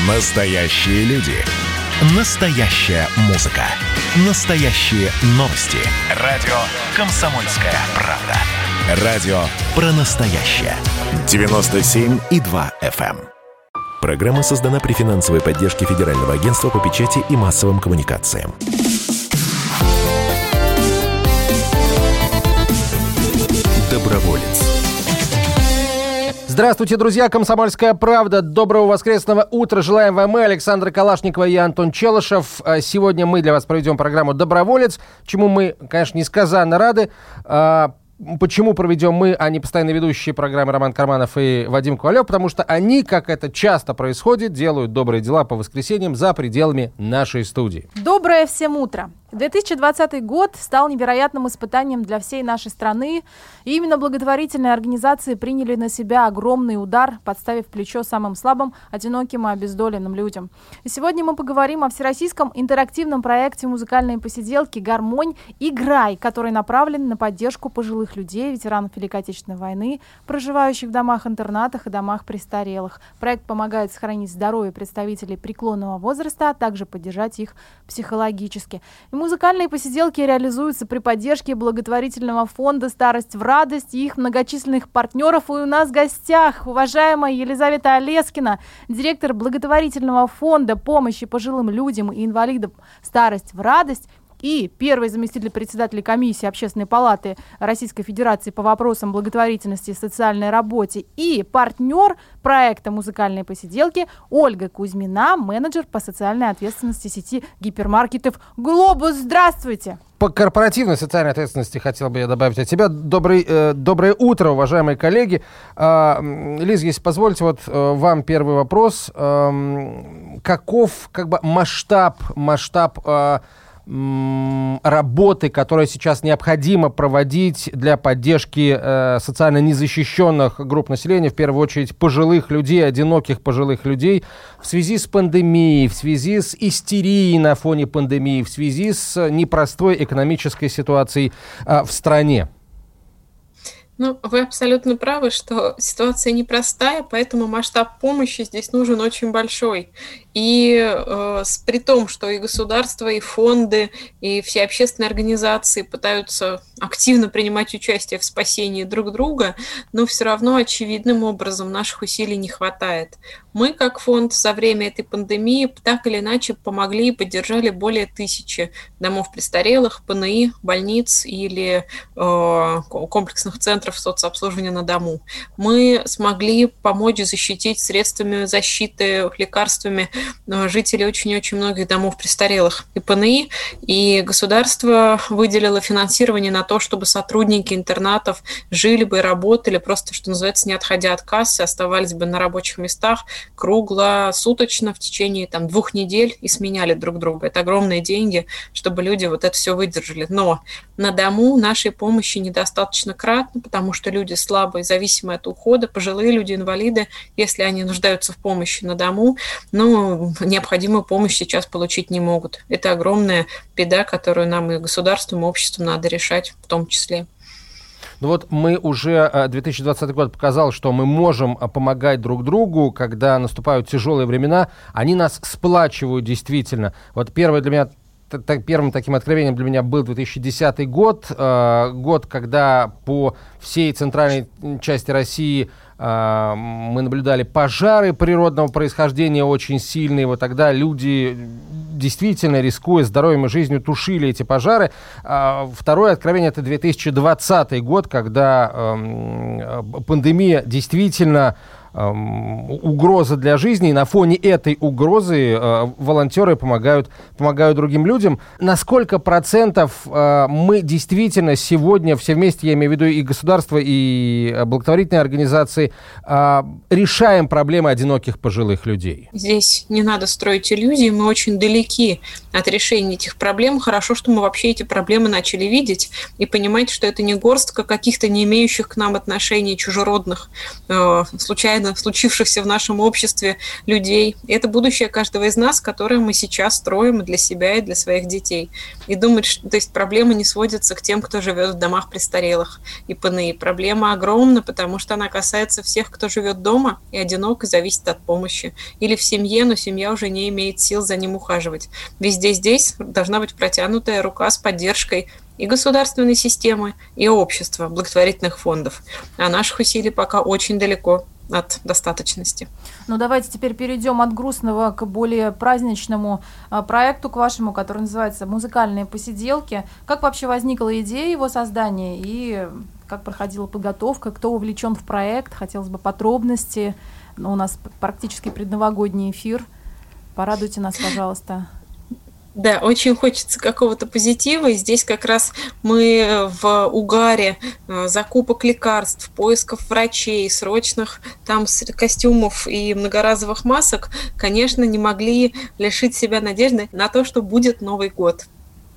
Настоящие люди. Настоящая музыка. Настоящие новости. Радио «Комсомольская правда». Радио про настоящее. 97,2 FM. Программа создана при финансовой поддержке Федерального агентства по печати и массовым коммуникациям. Доброволец. Здравствуйте, друзья! «Комсомольская правда». Доброго воскресного утра. Желаем вам мы, Александра Калашникова и Антон Челышев. Сегодня мы для вас проведем программу «Доброволец», чему мы, конечно, несказанно рады. Почему проведем мы, а не постоянно ведущие программы Роман Карманов и Вадим Ковалев? Потому что они, как это часто происходит, делают добрые дела по воскресеньям за пределами нашей студии. Доброе всем утро! 2020 год стал невероятным испытанием для всей нашей страны. И именно благотворительные организации приняли на себя огромный удар, подставив плечо самым слабым, одиноким и обездоленным людям. И сегодня мы поговорим о всероссийском интерактивном проекте музыкальной посиделки «Гармонь. Играй», который направлен на поддержку пожилых людей, ветеранов Великой Отечественной войны, проживающих в домах-интернатах и домах престарелых. Проект помогает сохранить здоровье представителей преклонного возраста, а также поддержать их психологически. И музыкальные посиделки реализуются при поддержке благотворительного фонда «Старость в радость» и их многочисленных партнеров. И у нас в гостях уважаемая Елизавета Олескина, директор благотворительного фонда помощи пожилым людям и инвалидам «Старость в радость», и первый заместитель председателя комиссии Общественной палаты Российской Федерации по вопросам благотворительности и социальной работе и партнер проекта «Музыкальные посиделки» Ольга Кузьмина, менеджер по социальной ответственности сети гипермаркетов «Глобус». Здравствуйте! По корпоративной социальной ответственности хотел бы я добавить от себя. Доброе утро, уважаемые коллеги. Лиз, если позволите, вот вам первый вопрос. Каков масштаб работы, которую сейчас необходимо проводить для поддержки социально незащищенных групп населения, в первую очередь пожилых людей, одиноких пожилых людей, в связи с пандемией, в связи с истерией на фоне пандемии, в связи с непростой экономической ситуацией в стране? Вы абсолютно правы, что ситуация непростая, поэтому масштаб помощи здесь нужен очень большой. И при том, что и государство, и фонды, и все общественные организации пытаются активно принимать участие в спасении друг друга, но все равно очевидным образом наших усилий не хватает. Мы, как фонд, за время этой пандемии так или иначе помогли и поддержали более 1000 домов престарелых, ПНИ, больниц или комплексных центров соцобслуживания на дому. Мы смогли помочь защитить средствами защиты, лекарствами жителей очень-очень многих домов престарелых и ПНИ, и государство выделило финансирование на то, чтобы сотрудники интернатов жили бы и работали, просто, что называется, не отходя от кассы, оставались бы на рабочих местах круглосуточно в течение 2 недель и сменяли друг друга. Это огромные деньги, чтобы люди вот это все выдержали. Но на дому нашей помощи недостаточно кратно, потому что люди слабые, зависимые от ухода, пожилые люди, инвалиды, если они нуждаются в помощи на дому, необходимую помощь сейчас получить не могут. Это огромная беда, которую нам и государству, и обществу надо решать в том числе. Мы уже 2020 год показал, что мы можем помогать друг другу, когда наступают тяжелые времена. Они нас сплачивают действительно. Первым таким откровением для меня был 2010 год, когда по всей центральной части России мы наблюдали пожары природного происхождения очень сильные. Тогда люди, действительно рискуя здоровьем и жизнью, тушили эти пожары. Второе откровение — это 2020 год, когда пандемия действительно угроза для жизни, и на фоне этой угрозы волонтеры помогают другим людям. На сколько процентов мы действительно сегодня все вместе, я имею в виду и государство, и благотворительные организации, решаем проблемы одиноких пожилых людей? Здесь не надо строить иллюзии, мы очень далеки от решения этих проблем. Хорошо, что мы вообще эти проблемы начали видеть и понимать, что это не горстка каких-то не имеющих к нам отношений чужеродных, случайно случайно случившихся в нашем обществе людей. И это будущее каждого из нас, которое мы сейчас строим для себя и для своих детей. И думать, что, то есть проблема не сводится к тем, кто живет в домах престарелых и ПНИ. Проблема огромна, потому что она касается всех, кто живет дома и одинок, и зависит от помощи. Или в семье, но семья уже не имеет сил за ним ухаживать. Везде здесь должна быть протянутая рука с поддержкой и государственной системы, и общества, благотворительных фондов. А наших усилий пока очень далеко от достаточности. Ну, давайте теперь перейдем от грустного к более праздничному проекту, к вашему, который называется «Музыкальные посиделки». Как вообще возникла идея его создания и как проходила подготовка, кто увлечен в проект? Хотелось бы подробности. Ну, у нас практически предновогодний эфир. Порадуйте нас, пожалуйста. Да, очень хочется какого-то позитива, и здесь как раз мы в угаре закупок лекарств, поисков врачей, срочных там костюмов и многоразовых масок, конечно, не могли лишить себя надежды на то, что будет Новый год.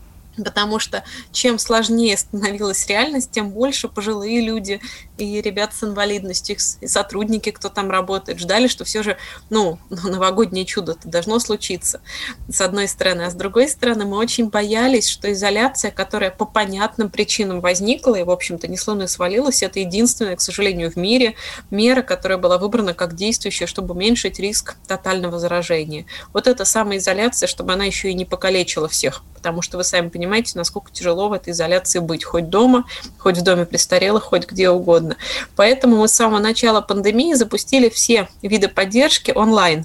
Потому что чем сложнее становилась реальность, тем больше пожилые люди и ребята с инвалидностью, и сотрудники, кто там работает, ждали, что все же, новогоднее чудо-то должно случиться, с одной стороны. А с другой стороны, мы очень боялись, что изоляция, которая по понятным причинам возникла и, в общем-то, не с луны свалилась, это единственная, к сожалению, в мире мера, которая была выбрана как действующая, чтобы уменьшить риск тотального заражения. Вот эта самоизоляция, чтобы она еще и не покалечила всех, потому что вы сами понимаете, насколько тяжело в этой изоляции быть, хоть дома, хоть в доме престарелых, хоть где угодно. Поэтому мы с самого начала пандемии запустили все виды поддержки онлайн.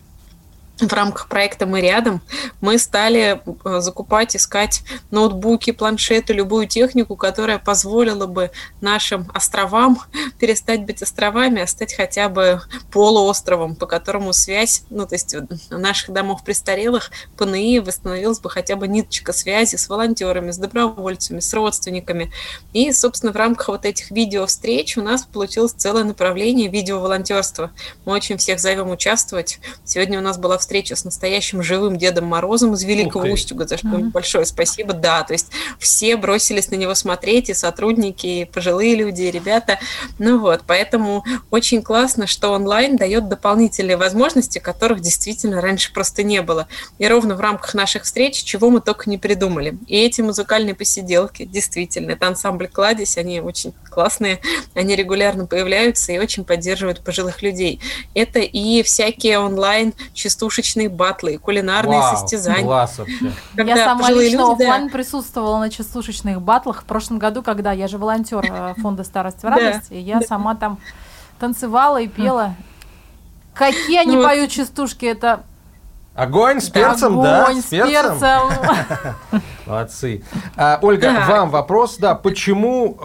В рамках проекта «Мы рядом» мы стали закупать, искать ноутбуки, планшеты, любую технику, которая позволила бы нашим островам перестать быть островами, а стать хотя бы полуостровом, по которому связь, то есть наших домов престарелых, ПНИ, восстановилась бы хотя бы ниточка связи с волонтерами, с добровольцами, с родственниками. И, собственно, в рамках вот этих видеовстреч у нас получилось целое направление видеоволонтерства. Мы очень всех зовем участвовать. Сегодня у нас была встреча с настоящим живым Дедом Морозом из Великого Устюга, за что ему большое спасибо. Да, то есть все бросились на него смотреть, и сотрудники, и пожилые люди, и ребята. Поэтому очень классно, что онлайн дает дополнительные возможности, которых действительно раньше просто не было. И ровно в рамках наших встреч, чего мы только не придумали. И эти музыкальные посиделки, действительно, это ансамбль «Кладезь», они очень классные, они регулярно появляются и очень поддерживают пожилых людей. Это и всякие онлайн частушечные батлы, кулинарные состязания. Класс вообще. Я сама лично оффлайн присутствовала на частушечных батлах в прошлом году, когда я же волонтер фонда «Старость в радость», и я сама там танцевала и пела. Какие они поют частушки, это... Огонь с перцем, Огонь с перцем. Молодцы. Ольга, вам вопрос. Да, почему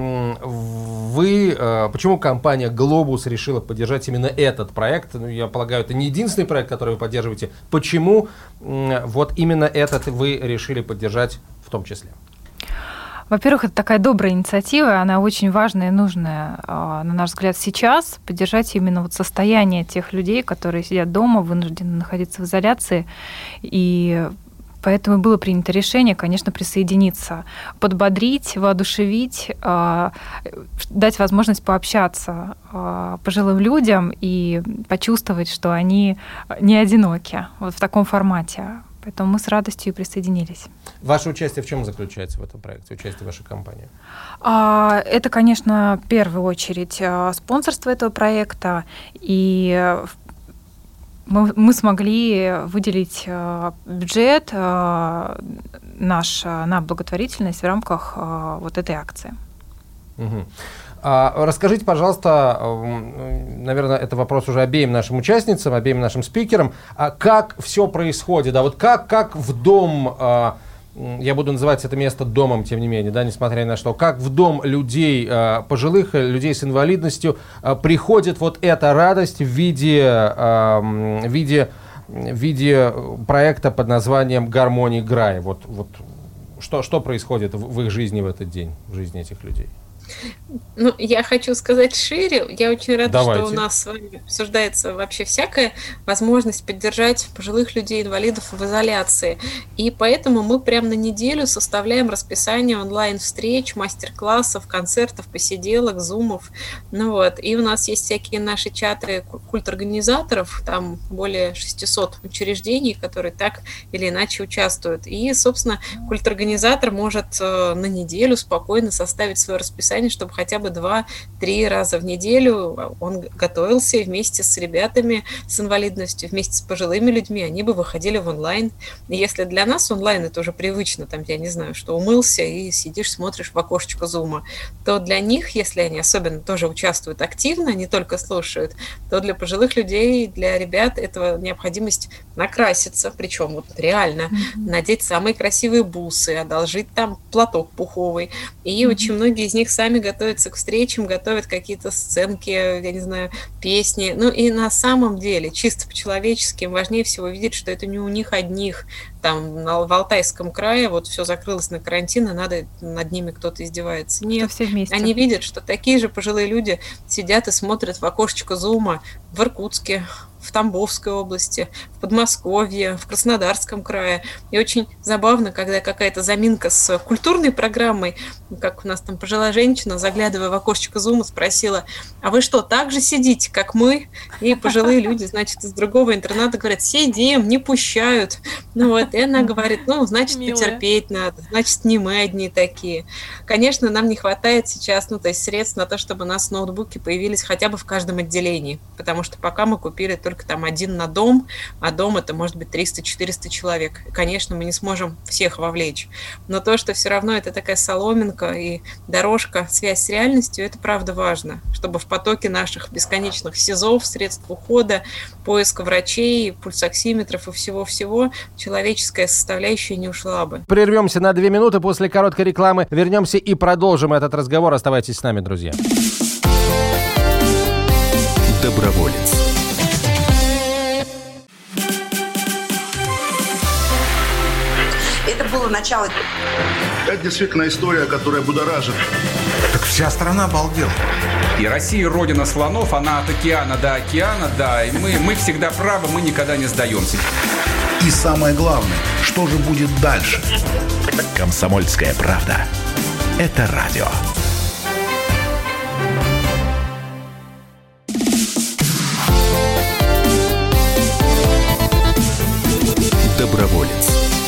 почему компания «Глобус» решила поддержать именно этот проект? Я полагаю, это не единственный проект, который вы поддерживаете. Почему вот именно этот вы решили поддержать в том числе? Во-первых, это такая добрая инициатива, она очень важная и нужная, на наш взгляд, сейчас, поддержать именно состояние тех людей, которые сидят дома, вынуждены находиться в изоляции, и поэтому было принято решение, конечно, присоединиться, подбодрить, воодушевить, дать возможность пообщаться пожилым людям и почувствовать, что они не одиноки вот в таком формате. Поэтому мы с радостью и присоединились. Ваше участие в чем заключается в этом проекте, участие вашей компании? Это, конечно, в первую очередь спонсорство этого проекта, и мы смогли выделить бюджет наш на благотворительность в рамках вот этой акции. Угу. Расскажите, пожалуйста, наверное, это вопрос уже обеим нашим участницам, обеим нашим спикерам, как все происходит, вот как в дом, я буду называть это место домом, тем не менее, да, несмотря ни на что, как в дом людей пожилых, людей с инвалидностью приходит вот эта радость в виде проекта под названием «Гармоний Грай». Вот что происходит в их жизни в этот день, в жизни этих людей? Ну, я хочу сказать шире. Я очень рада, Давайте. что у нас с вами обсуждается вообще всякая возможность поддержать пожилых людей, инвалидов в изоляции. И поэтому мы прямо на неделю составляем расписание онлайн-встреч, мастер-классов, концертов, посиделок, зумов. Ну вот. И у нас есть всякие наши чаты культорганизаторов, там более 600 учреждений, которые так или иначе участвуют. И, собственно, культорганизатор может на неделю спокойно составить свое расписание, чтобы хотя бы 2-3 раза в неделю он готовился и вместе с ребятами с инвалидностью, вместе с пожилыми людьми, они бы выходили в онлайн. И если для нас онлайн это уже привычно, там, я не знаю, что умылся и сидишь, смотришь в окошечко зума, то для них, если они особенно тоже участвуют активно, не только слушают, то для пожилых людей, для ребят этого необходимость накраситься, причем вот реально надеть самые красивые бусы, одолжить там платок пуховый. И очень многие из них сами готовятся к встречам, готовят какие-то сценки, я не знаю, песни. Ну и на самом деле, чисто по-человечески, важнее всего видеть, что это не у них одних. Там в Алтайском крае вот все закрылось на карантин, и надо над ними кто-то издевается. Нет, все вместе. Они видят, что такие же пожилые люди сидят и смотрят в окошечко зума в Иркутске, в Тамбовской области, в Подмосковье, в Краснодарском крае. И очень забавно, когда какая-то заминка с культурной программой, как у нас там пожилая женщина, заглядывая в окошечко зума, спросила: а вы что, так же сидите, как мы? И пожилые люди, значит, из другого интерната говорят: сидим, не пущают. Ну вот, и она говорит: ну, значит, потерпеть надо, значит, не мы одни такие. Конечно, нам не хватает сейчас, ну, то есть средств на то, чтобы у нас ноутбуки появились хотя бы в каждом отделении, потому что пока мы купили только там один на дом, а дом это может быть 300-400 человек. И, конечно, мы не сможем всех вовлечь. Но то, что все равно это такая соломинка и дорожка, связь с реальностью, это правда важно, чтобы в потоке наших бесконечных СИЗОВ, средств ухода, поиска врачей, пульсоксиметров и всего-всего человеческая составляющая не ушла бы. Прервемся на 2 минуты, после короткой рекламы вернемся и продолжим этот разговор. Оставайтесь с нами, друзья. Доброволец. Это было начало. Это действительно история, которая будоражит. Так вся страна обалдела. И Россия родина слонов, она от океана до океана, да. И мы всегда правы, мы никогда не сдаемся. И самое главное, что же будет дальше? «Комсомольская правда». Это радио. Доброволец.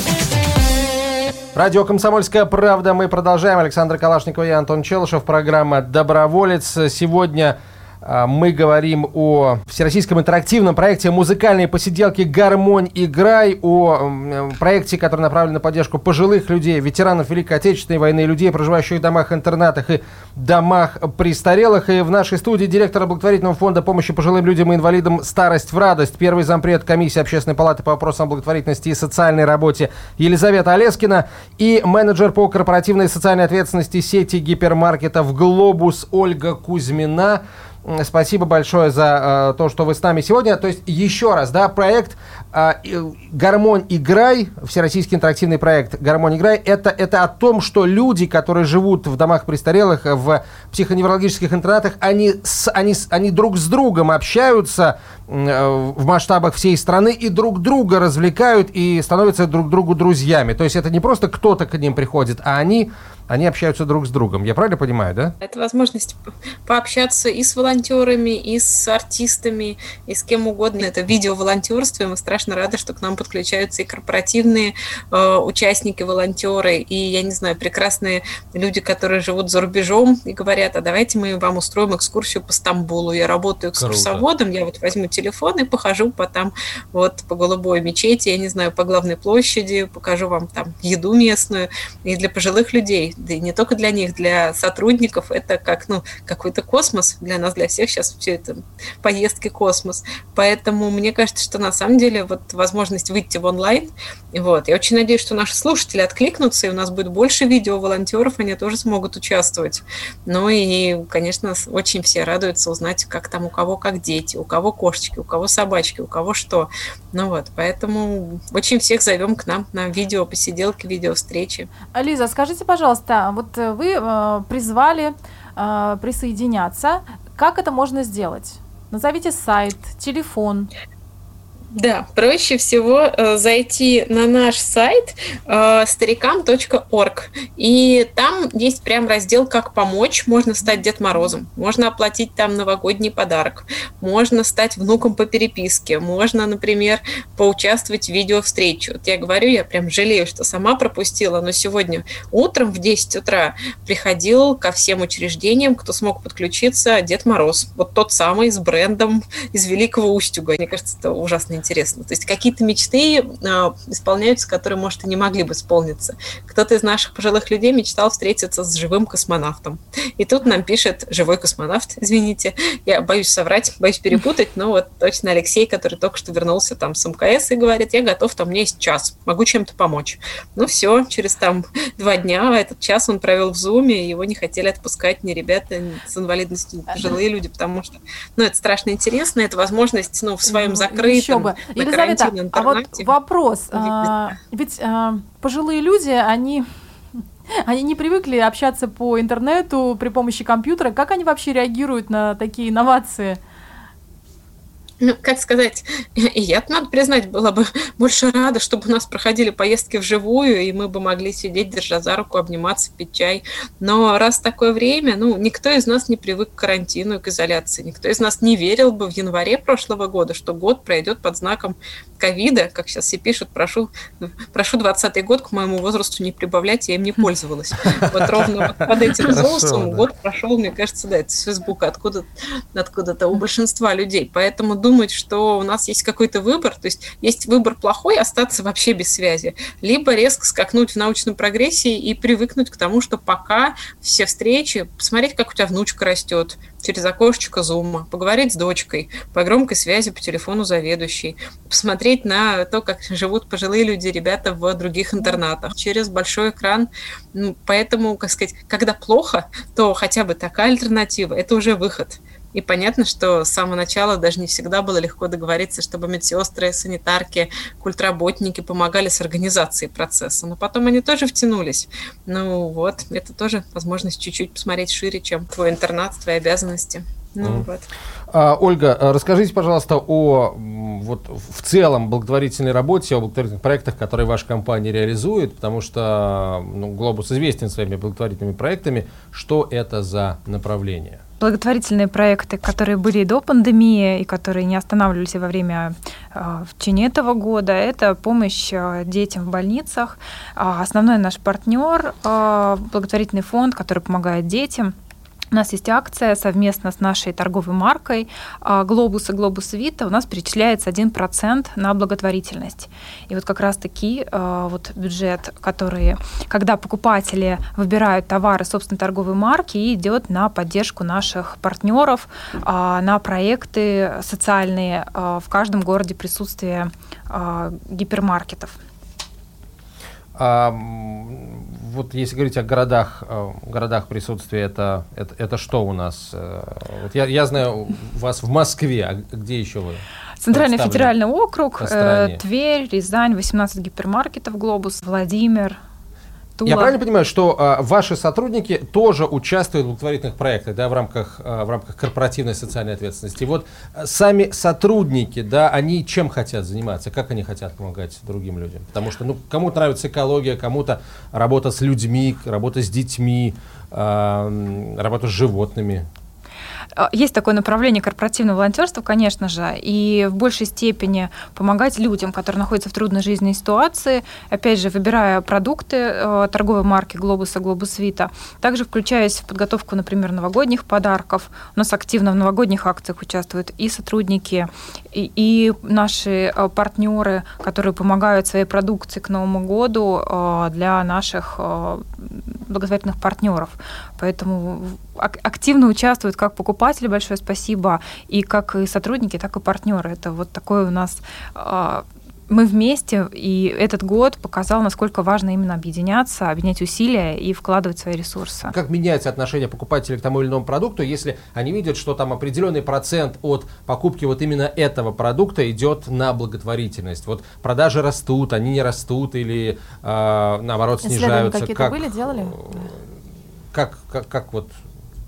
Радио «Комсомольская правда». Мы продолжаем. Александр Калашников и Антон Челышев. Программа «Доброволец». Сегодня мы говорим о всероссийском интерактивном проекте «Музыкальные посиделки. Гармонь, играй», о проекте, который направлен на поддержку пожилых людей, ветеранов Великой Отечественной войны, людей, проживающих в домах-интернатах и домах престарелых. И в нашей студии директор благотворительного фонда помощи пожилым людям и инвалидам «Старость в радость», первый зампред комиссии Общественной палаты по вопросам благотворительности и социальной работе Елизавета Олескина и менеджер по корпоративной и социальной ответственности сети гипермаркетов «Глобус» Ольга Кузьмина. Спасибо большое за то, что вы с нами сегодня. То есть, еще раз, да, проект «Гармонь, играй», всероссийский интерактивный проект «Гармонь, играй», это о том, что люди, которые живут в домах престарелых, в психоневрологических интернатах, они друг с другом общаются в масштабах всей страны и друг друга развлекают и становятся друг другу друзьями. То есть, это не просто кто-то к ним приходит, а они общаются друг с другом. Я правильно понимаю, да? Это возможность пообщаться и с волонтерами, и с артистами, и с кем угодно. Это видео-волонтерство, и мы страшно рады, что к нам подключаются и корпоративные участники, волонтеры, и, я не знаю, прекрасные люди, которые живут за рубежом и говорят: а давайте мы вам устроим экскурсию по Стамбулу. Я работаю экскурсоводом, я вот возьму телефон и похожу по Голубой мечети, я не знаю, по Главной площади, покажу вам там еду местную. И для пожилых людей, да и не только для них, для сотрудников, это как, какой-то космос для нас, для всех сейчас все это поездки космос. Поэтому мне кажется, что на самом деле вот возможность выйти в онлайн, вот, я очень надеюсь, что наши слушатели откликнутся, и у нас будет больше видео-волонтеров, они тоже смогут участвовать. Ну и, конечно, очень все радуются узнать, как там у кого как дети, у кого кошечки, у кого собачки, у кого что. Ну вот, поэтому очень всех зовем к нам на видео-посиделки, видео-встречи. Лиза, скажите, пожалуйста, вот вы призвали присоединяться. Как это можно сделать? Назовите сайт, телефон. Да, проще всего зайти на наш сайт старикам.орг, и там есть прям раздел «Как помочь». Можно стать Дед Морозом, можно оплатить там новогодний подарок, можно стать внуком по переписке, можно, например, поучаствовать в видеовстрече. Вот я говорю, я прям жалею, что сама пропустила, но сегодня утром в 10 утра приходил ко всем учреждениям, кто смог подключиться, Дед Мороз. Вот тот самый с брендом из Великого Устюга. Мне кажется, это ужасно интересно. То есть какие-то мечты исполняются, которые, может, и не могли бы исполниться. Кто-то из наших пожилых людей мечтал встретиться с живым космонавтом. И тут нам пишет живой космонавт, извините, я боюсь соврать, боюсь перепутать, но вот точно Алексей, который только что вернулся там с МКС и говорит, я готов, там у меня есть час, могу чем-то помочь. Ну все, через там 2 дня этот час он провел в Зуме, его не хотели отпускать ни ребята с инвалидностью, ни пожилые люди, потому что, это страшно интересно, это возможность, в своем закрытом, Елизавета, а вот вопрос. Ведь пожилые люди, они не привыкли общаться по интернету при помощи компьютера. Как они вообще реагируют на такие инновации? Как сказать, и я, надо признать, была бы больше рада, чтобы у нас проходили поездки вживую, и мы бы могли сидеть, держа за руку, обниматься, пить чай. Но раз такое время, никто из нас не привык к карантину и к изоляции. Никто из нас не верил бы в январе прошлого года, что год пройдет под знаком ковида, как сейчас все пишут, прошу 20-й год к моему возрасту не прибавлять, я им не пользовалась. Вот ровно под этим соусом год прошел, мне кажется, это с Фейсбука, откуда-то у большинства людей. Поэтому думать, что у нас есть какой-то выбор, то есть есть выбор плохой, остаться вообще без связи, либо резко скакнуть в научной прогрессии и привыкнуть к тому, что пока все встречи, посмотреть, как у тебя внучка растет через окошечко зума, поговорить с дочкой по громкой связи по телефону заведующей, посмотреть на то, как живут пожилые люди, ребята в других интернатах через большой экран. Поэтому, когда плохо, то хотя бы такая альтернатива, это уже выход. И понятно, что с самого начала даже не всегда было легко договориться, чтобы медсестры, санитарки, культработники помогали с организацией процесса. Но потом они тоже втянулись. Это тоже возможность чуть-чуть посмотреть шире, чем твой интернат, твои обязанности. Ольга, расскажите, пожалуйста, в целом благотворительной работе, о благотворительных проектах, которые ваша компания реализует, потому что «Глобус» известен своими благотворительными проектами. Что это за направление? Благотворительные проекты, которые были до пандемии и которые не останавливались во время в течение этого года, это помощь детям в больницах. Основной наш партнер — благотворительный фонд, который помогает детям. У нас есть акция совместно с нашей торговой маркой «Глобус» и «Глобус Вита». У нас перечисляется 1% на благотворительность. И вот как раз-таки бюджет, когда покупатели выбирают товары собственной торговой марки, идет на поддержку наших партнеров, на проекты социальные в каждом городе присутствие гипермаркетов. Если говорить о городах присутствия, это что у нас? Я знаю вас в Москве, а где еще вы? Центральный федеральный округ, Тверь, Рязань, 18 гипермаркетов «Глобус», Владимир, Тула. Я правильно понимаю, что ваши сотрудники тоже участвуют в благотворительных проектах, в рамках корпоративной социальной ответственности? Вот сами сотрудники, они чем хотят заниматься, как они хотят помогать другим людям? Потому что кому-то нравится экология, кому-то работа с людьми, работа с детьми, работа с животными. Есть такое направление корпоративного волонтерства, конечно же, и в большей степени помогать людям, которые находятся в трудной жизненной ситуации, опять же, выбирая продукты торговой марки «Глобуса», «Глобус Вита», также включаясь в подготовку, например, новогодних подарков. У нас активно в новогодних акциях участвуют и сотрудники, и наши партнеры, которые помогают своей продукцией к Новому году для наших благотворительных партнеров. Поэтому активно участвуют как покупатели, большое спасибо, и как и сотрудники, так и партнеры. Это вот такое у нас... Мы вместе, и этот год показал, насколько важно именно объединяться, объединять усилия и вкладывать свои ресурсы. Как меняется отношение покупателей к тому или иному продукту, если они видят, что там определенный процент от покупки вот именно этого продукта идет на благотворительность? Вот продажи растут, они не растут или наоборот снижаются? Исследования какие-то были, делали? Как вот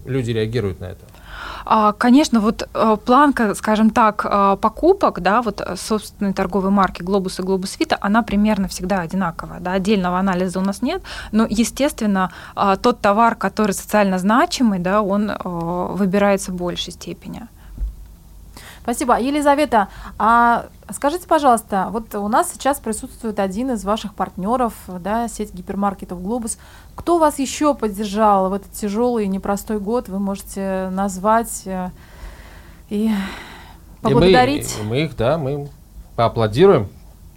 люди реагируют на это? Конечно, вот планка, скажем так, покупок, да, вот собственной торговой марки «Глобус» и «Глобус Вита», она примерно всегда одинаковая, да, отдельного анализа у нас нет, но, естественно, тот товар, который социально значимый, да, он выбирается в большей степени. Спасибо. Елизавета, а скажите, пожалуйста, вот у нас сейчас присутствует один из ваших партнеров, да, сеть гипермаркетов «Глобус». Кто вас еще поддержал в этот тяжелый и непростой год? Вы можете назвать и поблагодарить? Мы поаплодируем.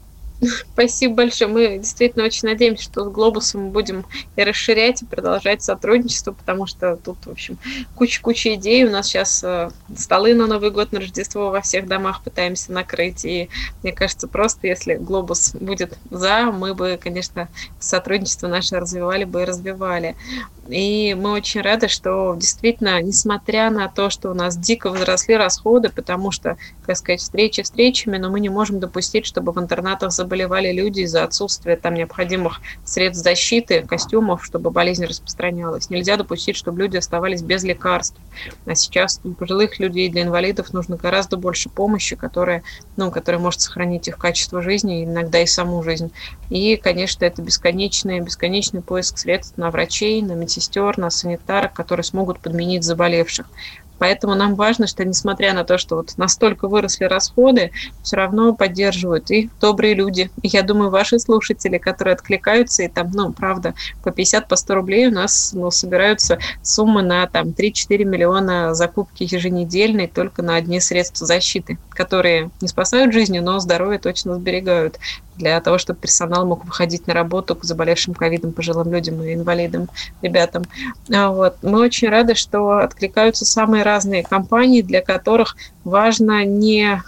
Спасибо большое. Мы действительно очень надеемся, что с «Глобусом» мы будем и расширять, и продолжать сотрудничество, потому что тут, в общем, куча идей. У нас сейчас столы на Новый год, на Рождество во всех домах пытаемся накрыть. И мне кажется, просто если «Глобус» будет за, мы бы, конечно, сотрудничество наше развивали бы и развивали. И мы очень рады, что действительно, несмотря на то, что у нас дико возросли расходы, потому что, как сказать, встречи встречами, но мы не можем допустить, чтобы в интернатах заболевали люди из-за отсутствия там необходимых средств защиты, костюмов, чтобы болезнь распространялась. Нельзя допустить, чтобы люди оставались без лекарств. А сейчас для пожилых людей, для инвалидов нужно гораздо больше помощи, которая может сохранить их качество жизни, иногда и саму жизнь. И, конечно, это бесконечный поиск средств на врачей, на медсестер, на санитарок, которые смогут подменить заболевших. Поэтому нам важно, что несмотря на то, что вот настолько выросли расходы, все равно поддерживают и добрые люди. И я думаю, ваши слушатели, которые откликаются, и там, правда, по 50, по 100 рублей у нас собираются суммы на 3-4 миллиона закупки еженедельной только на одни средства защиты, которые не спасают жизни, но здоровье точно сберегают, для того, чтобы персонал мог выходить на работу к заболевшим ковидом пожилым людям и инвалидам, ребятам. Вот. Мы очень рады, что откликаются самые разные компании, для которых важно не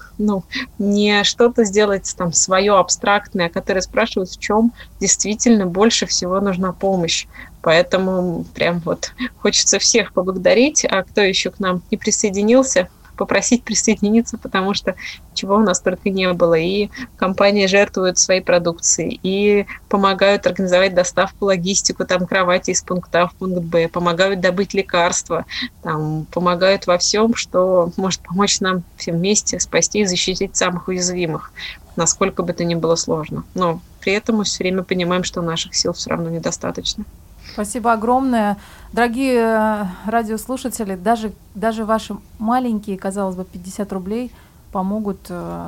что-то сделать там свое абстрактное, а которые спрашивают, в чем действительно больше всего нужна помощь. Поэтому прям вот хочется всех поблагодарить, а кто еще к нам не присоединился, попросить присоединиться, потому что чего у нас только не было. И компании жертвуют своей продукцией, и помогают организовать доставку, логистику, кровати из пункта А в пункт Б, помогают добыть лекарства, помогают во всем, что может помочь нам всем вместе спасти и защитить самых уязвимых, насколько бы это ни было сложно. Но при этом мы все время понимаем, что наших сил все равно недостаточно. Спасибо огромное. Дорогие радиослушатели, даже ваши маленькие, казалось бы, 50 рублей помогут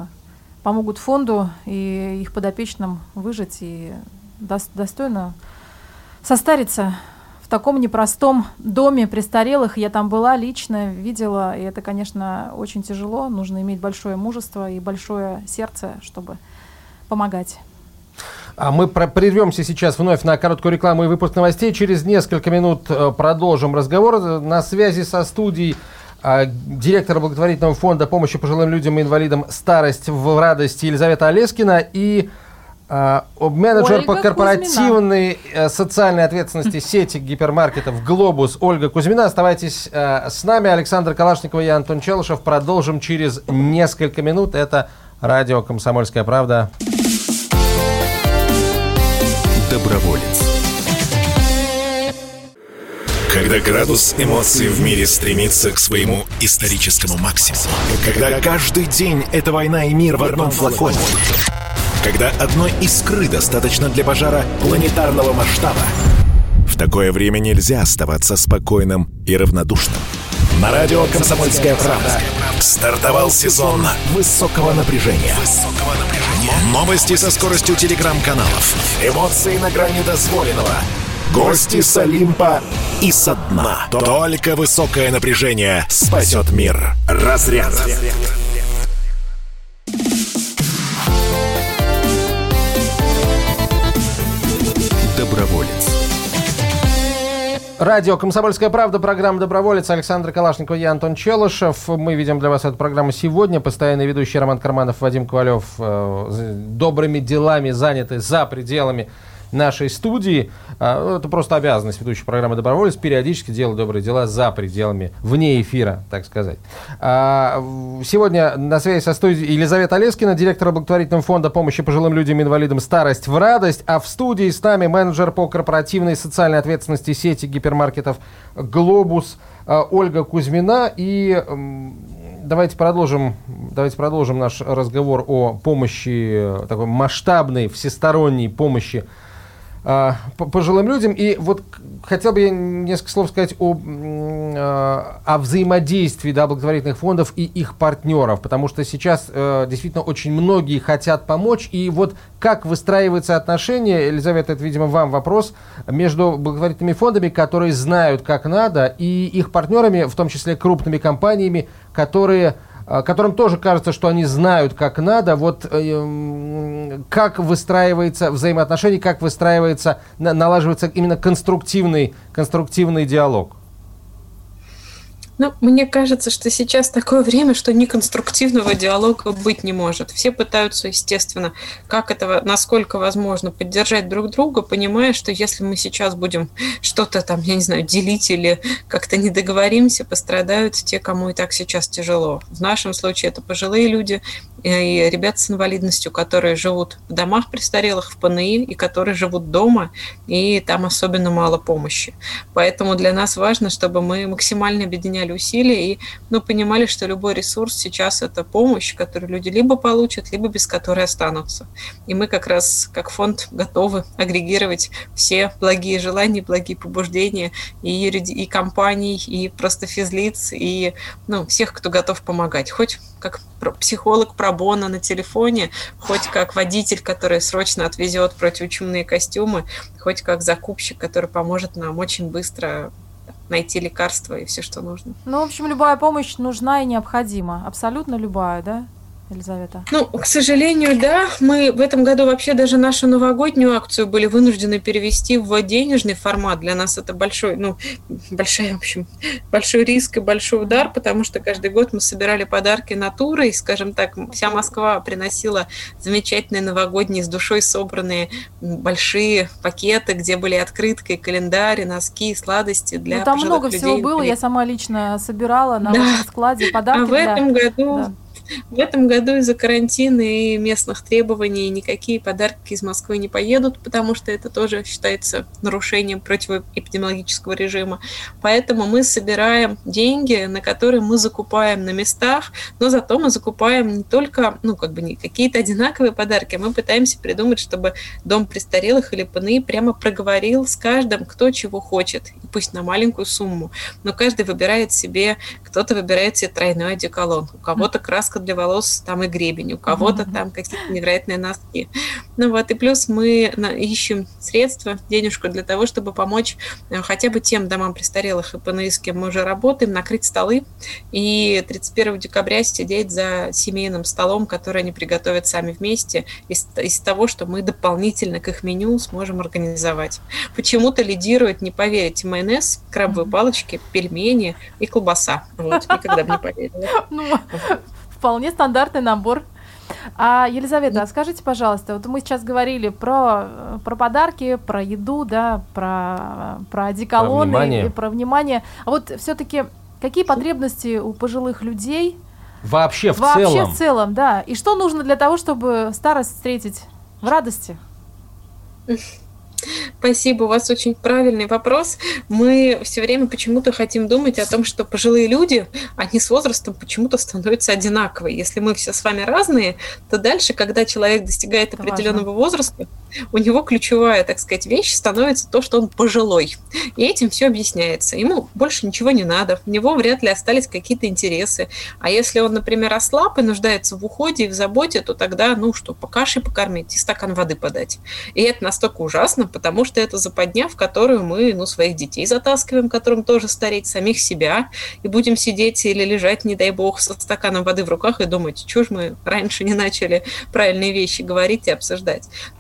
фонду и их подопечным выжить и достойно состариться в таком непростом доме престарелых. Я там была лично, видела, и это, конечно, очень тяжело. Нужно иметь большое мужество и большое сердце, чтобы помогать. А мы прервемся сейчас вновь на короткую рекламу и выпуск новостей. Через несколько минут продолжим разговор. На связи со студией директор благотворительного фонда помощи пожилым людям и инвалидам «Старость в радости» Елизавета Олескина и менеджер по корпоративной социальной ответственности сети гипермаркетов «Глобус» Ольга Кузьмина. Оставайтесь с нами. Александр Калашников и я, Антон Челышев. Продолжим через несколько минут. Это радио «Комсомольская правда». Доброволец. Когда градус эмоций в мире стремится к своему историческому максимуму. Когда каждый день это война и мир в одном флаконе. Когда одной искры достаточно для пожара планетарного масштаба. В такое время нельзя оставаться спокойным и равнодушным. На радио «Комсомольская правда» стартовал сезон высокого напряжения. Новости со скоростью телеграм-каналов. Эмоции на грани дозволенного. Гости с Олимпа и со дна. Только высокое напряжение спасет мир. Разряд. Доброволец. Радио «Комсомольская правда», программа «Доброволец». Александр Калашников, я Антон Челышев. Мы ведем для вас эту программу сегодня. Постоянный ведущий Роман Карманов, Вадим Ковалев добрыми делами заняты за пределами нашей студии. Это просто обязанность ведущей программы «Доброволец» периодически делать добрые дела за пределами, вне эфира, так сказать. Сегодня на связи со студией Елизавета Олескина, директор благотворительного фонда помощи пожилым людям и инвалидам «Старость в радость», а в студии с нами менеджер по корпоративной и социальной ответственности сети гипермаркетов «Глобус» Ольга Кузьмина. И давайте продолжим наш разговор о помощи, такой масштабной, всесторонней помощи пожилым людям. И вот хотел бы я несколько слов сказать о взаимодействии благотворительных фондов и их партнеров, потому что сейчас действительно очень многие хотят помочь. И вот как выстраиваются отношения, Елизавета, это, видимо, вам вопрос, между благотворительными фондами, которые знают, как надо, и их партнерами, в том числе крупными компаниями, которым тоже кажется, что они знают, как надо. Вот как выстраивается взаимоотношения, как налаживается именно конструктивный диалог? Мне кажется, что сейчас такое время, что неконструктивного диалога быть не может. Все пытаются, естественно, насколько возможно, поддержать друг друга, понимая, что если мы сейчас будем что-то делить или как-то не договоримся, пострадают те, кому и так сейчас тяжело. В нашем случае это пожилые люди и ребята с инвалидностью, которые живут в домах престарелых, в ПНИ, и которые живут дома, и там особенно мало помощи. Поэтому для нас важно, чтобы мы максимально объединяли усилия и понимали, что любой ресурс сейчас это помощь, которую люди либо получат, либо без которой останутся. И мы как раз, как фонд, готовы агрегировать все благие желания, благие побуждения и компаний, и просто физлиц, и всех, кто готов помогать. Хоть как психолог пробона на телефоне, хоть как водитель, который срочно отвезет противочумные костюмы, хоть как закупщик, который поможет нам очень быстро найти лекарства и все, что нужно. В общем, любая помощь нужна и необходима. Абсолютно любая, да, Елизавета? К сожалению, да. Мы в этом году вообще даже нашу новогоднюю акцию были вынуждены перевести в денежный формат. Для нас это большой риск и большой удар, потому что каждый год мы собирали подарки натурой. Скажем так, вся Москва приносила замечательные новогодние, с душой собранные большие пакеты, где были открытки, календари, носки, сладости для пожилых людей. Там много всего было. Я сама лично собирала на вашем складе подарки. А в этом году из-за карантина и местных требований никакие подарки из Москвы не поедут, потому что это тоже считается нарушением противоэпидемиологического режима. Поэтому мы собираем деньги, на которые мы закупаем на местах, но зато мы закупаем не только не какие-то одинаковые подарки, а мы пытаемся придумать, чтобы дом престарелых или ПНИ прямо проговорил с каждым, кто чего хочет, и пусть на маленькую сумму. Но каждый выбирает себе, кто-то выбирает себе тройной одеколон, у кого-то краска для волос, там и гребень, у кого-то там какие-то невероятные носки. И плюс мы ищем средства, денежку для того, чтобы помочь хотя бы тем домам престарелых и ПНИ, с кем мы уже работаем, накрыть столы и 31 декабря сидеть за семейным столом, который они приготовят сами вместе, из того, что мы дополнительно к их меню сможем организовать. Почему-то лидирует, не поверите, майонез, крабовые палочки, пельмени и колбаса. Никогда бы не поверила. Вполне стандартный набор. Елизавета, скажите, пожалуйста, мы сейчас говорили про подарки, про еду, да, про одеколоны, про внимание. А вот все-таки какие потребности у пожилых людей вообще в целом, да? И что нужно для того, чтобы старость встретить в радости? Спасибо, у вас очень правильный вопрос. Мы все время почему-то хотим думать о том, что пожилые люди, они с возрастом почему-то становятся одинаковые. Если мы все с вами разные, то дальше, когда человек достигает определенного возраста, у него ключевая, так сказать, вещь становится то, что он пожилой. И этим все объясняется. Ему больше ничего не надо, у него вряд ли остались какие-то интересы. А если он, например, ослаб и нуждается в уходе и в заботе, то тогда, по каше покормить и стакан воды подать. И это настолько ужасно, потому что это западня, в которую мы своих детей затаскиваем, которым тоже стареть, самих себя, и будем сидеть или лежать, не дай бог, со стаканом воды в руках и думать, что ж мы раньше не начали правильные вещи говорить и обсуждать. Важно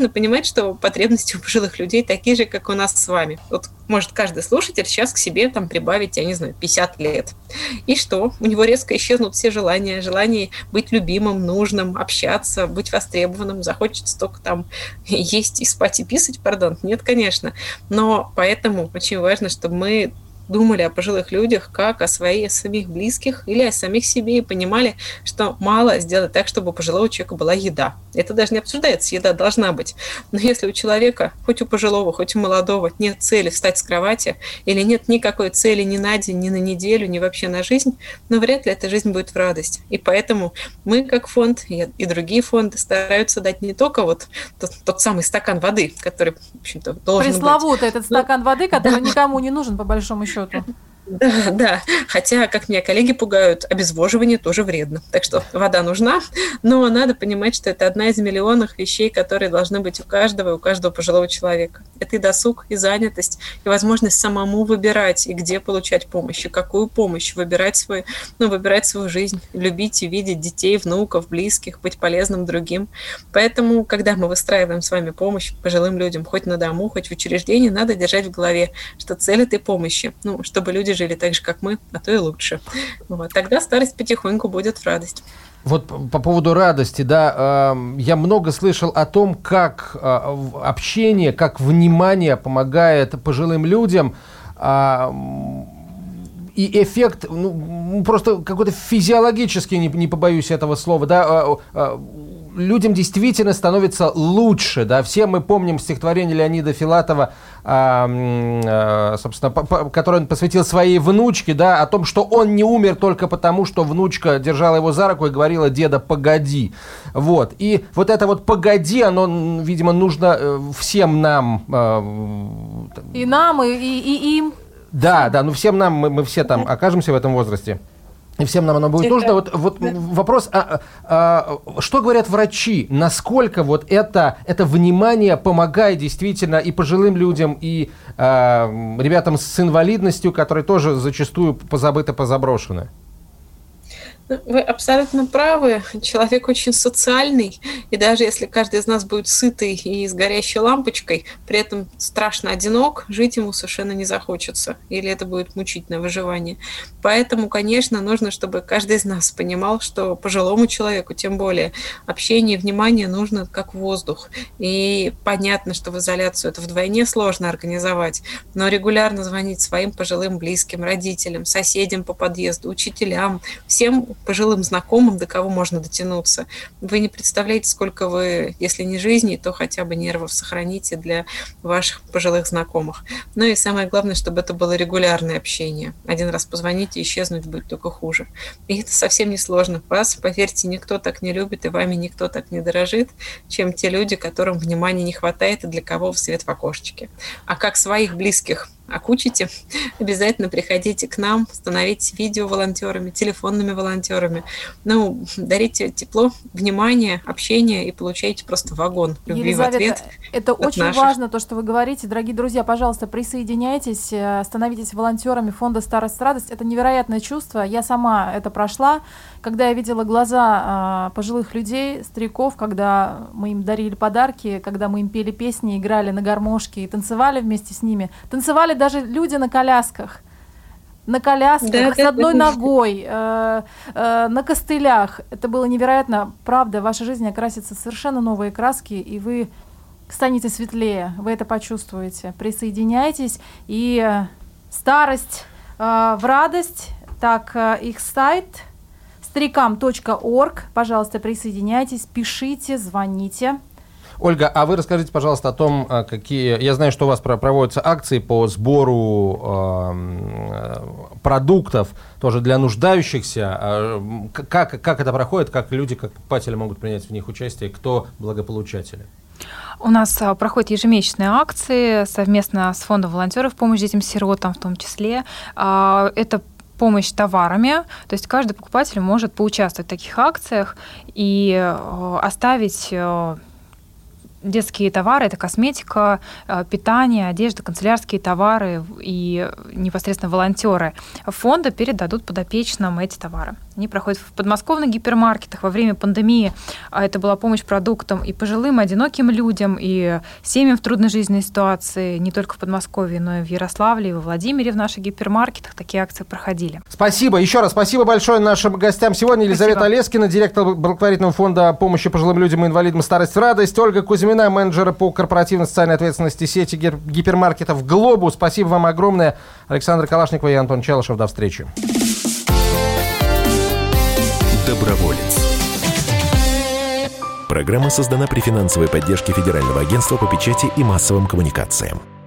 понимать, что потребности у пожилых людей такие же, как у нас с вами. Вот может каждый слушатель сейчас к себе там прибавить, я не знаю, 50 лет. И что? У него резко исчезнут все желания быть любимым, нужным, общаться, быть востребованным. Захочется только там есть и спать и писать, пардон. Нет, конечно. Но поэтому очень важно, чтобы мы думали о пожилых людях как о самих близких или о самих себе и понимали, что мало сделать так, чтобы у пожилого человека была еда. Это даже не обсуждается, еда должна быть. Но если у человека, хоть у пожилого, хоть у молодого, нет цели встать с кровати или нет никакой цели ни на день, ни на неделю, ни вообще на жизнь, но вряд ли эта жизнь будет в радость. И поэтому мы, как фонд, и другие фонды стараются дать не только вот тот самый стакан воды, который, в общем-то, должен пресловутый этот стакан воды, который никому не нужен, по большому счету. Да. Хотя, как меня коллеги пугают, обезвоживание тоже вредно. Так что вода нужна, но надо понимать, что это одна из миллионов вещей, которые должны быть у каждого пожилого человека. Это и досуг, и занятость, и возможность самому выбирать, и где получать помощь, и какую помощь, выбирать свою жизнь, любить и видеть детей, внуков, близких, быть полезным другим. Поэтому, когда мы выстраиваем с вами помощь пожилым людям, хоть на дому, хоть в учреждении, надо держать в голове, что цель этой помощи, чтобы люди жили так же, как мы, а то и лучше. Тогда старость потихоньку будет в радость. Вот по поводу радости, да, я много слышал о том, как общение, как внимание помогает пожилым людям, и эффект, просто какой-то физиологический, не побоюсь этого слова, да, людям действительно становится лучше, да, все мы помним стихотворение Леонида Филатова, собственно, которое он посвятил своей внучке, да, о том, что он не умер только потому, что внучка держала его за руку и говорила: деда, погоди, вот, и вот это вот погоди, оно, видимо, нужно всем нам. И нам, и им. Да, всем нам, мы все там окажемся в этом возрасте. И всем нам оно будет нужно. Вот вопрос, что говорят врачи? Насколько вот это внимание помогает действительно и пожилым людям, и ребятам с инвалидностью, которые тоже зачастую позабыты, позаброшены? Вы абсолютно правы. Человек очень социальный, и даже если каждый из нас будет сытый и с горящей лампочкой, при этом страшно одинок, жить ему совершенно не захочется, или это будет мучительное выживание. Поэтому, конечно, нужно, чтобы каждый из нас понимал, что пожилому человеку, тем более, общение и внимание нужно как воздух. И понятно, что в изоляцию это вдвойне сложно организовать, но регулярно звонить своим пожилым близким, родителям, соседям по подъезду, учителям, всем пожилым знакомым, до кого можно дотянуться. Вы не представляете, сколько вы, если не жизни, то хотя бы нервов сохраните для ваших пожилых знакомых. Ну и самое главное, чтобы это было регулярное общение. Один раз позвоните, исчезнуть будет только хуже. И это совсем не сложно. Вас, поверьте, никто так не любит, и вами никто так не дорожит, чем те люди, которым внимания не хватает и для кого свет в окошечке. А как своих близких окучите, обязательно приходите к нам, становитесь видео-волонтерами, телефонными волонтерами. Дарите тепло, внимание, общение и получаете просто вагон любви в ответ. Это очень важно, то, что вы говорите. Дорогие друзья, пожалуйста, присоединяйтесь, становитесь волонтерами фонда «Старость, радость». Это невероятное чувство. Я сама это прошла, когда я видела глаза пожилых людей, стариков, когда мы им дарили подарки, когда мы им пели песни, играли на гармошке и танцевали вместе с ними. Танцевали даже люди на колясках, с одной ногой, на костылях. Это было невероятно. Правда, ваша жизнь окрасится в совершенно новые краски, и вы станете светлее, вы это почувствуете. Присоединяйтесь, и старость в радость, так их сайт старикам.орг. Пожалуйста, присоединяйтесь, пишите, звоните. Ольга, а вы расскажите, пожалуйста, о том, какие... Я знаю, что у вас проводятся акции по сбору продуктов тоже для нуждающихся. Как это проходит, как люди, как покупатели могут принять в них участие, кто благополучатели? У нас проходят ежемесячные акции совместно с фондом волонтеров «Помощь детям-сиротам» в том числе. Это помощь товарами, то есть каждый покупатель может поучаствовать в таких акциях и оставить детские товары, это косметика, питание, одежда, канцелярские товары и непосредственно волонтеры фонда передадут подопечным эти товары. Они проходят в подмосковных гипермаркетах. Во время пандемии это была помощь продуктам и пожилым, и одиноким людям, и семьям в трудной жизненной ситуации, не только в Подмосковье, но и в Ярославле, и во Владимире в наших гипермаркетах такие акции проходили. Спасибо. Еще раз спасибо большое нашим гостям сегодня. Елизавета Олескина, директор благотворительного фонда помощи пожилым людям и инвалидам «Старость в радость». Ольга Кузьмина, менеджер по корпоративной социальной ответственности сети гипермаркетов «Глобус». Спасибо вам огромное. Александр Калашников и Антон Челышев. До встречи. Доброволец. Программа создана при финансовой поддержке Федерального агентства по печати и массовым коммуникациям.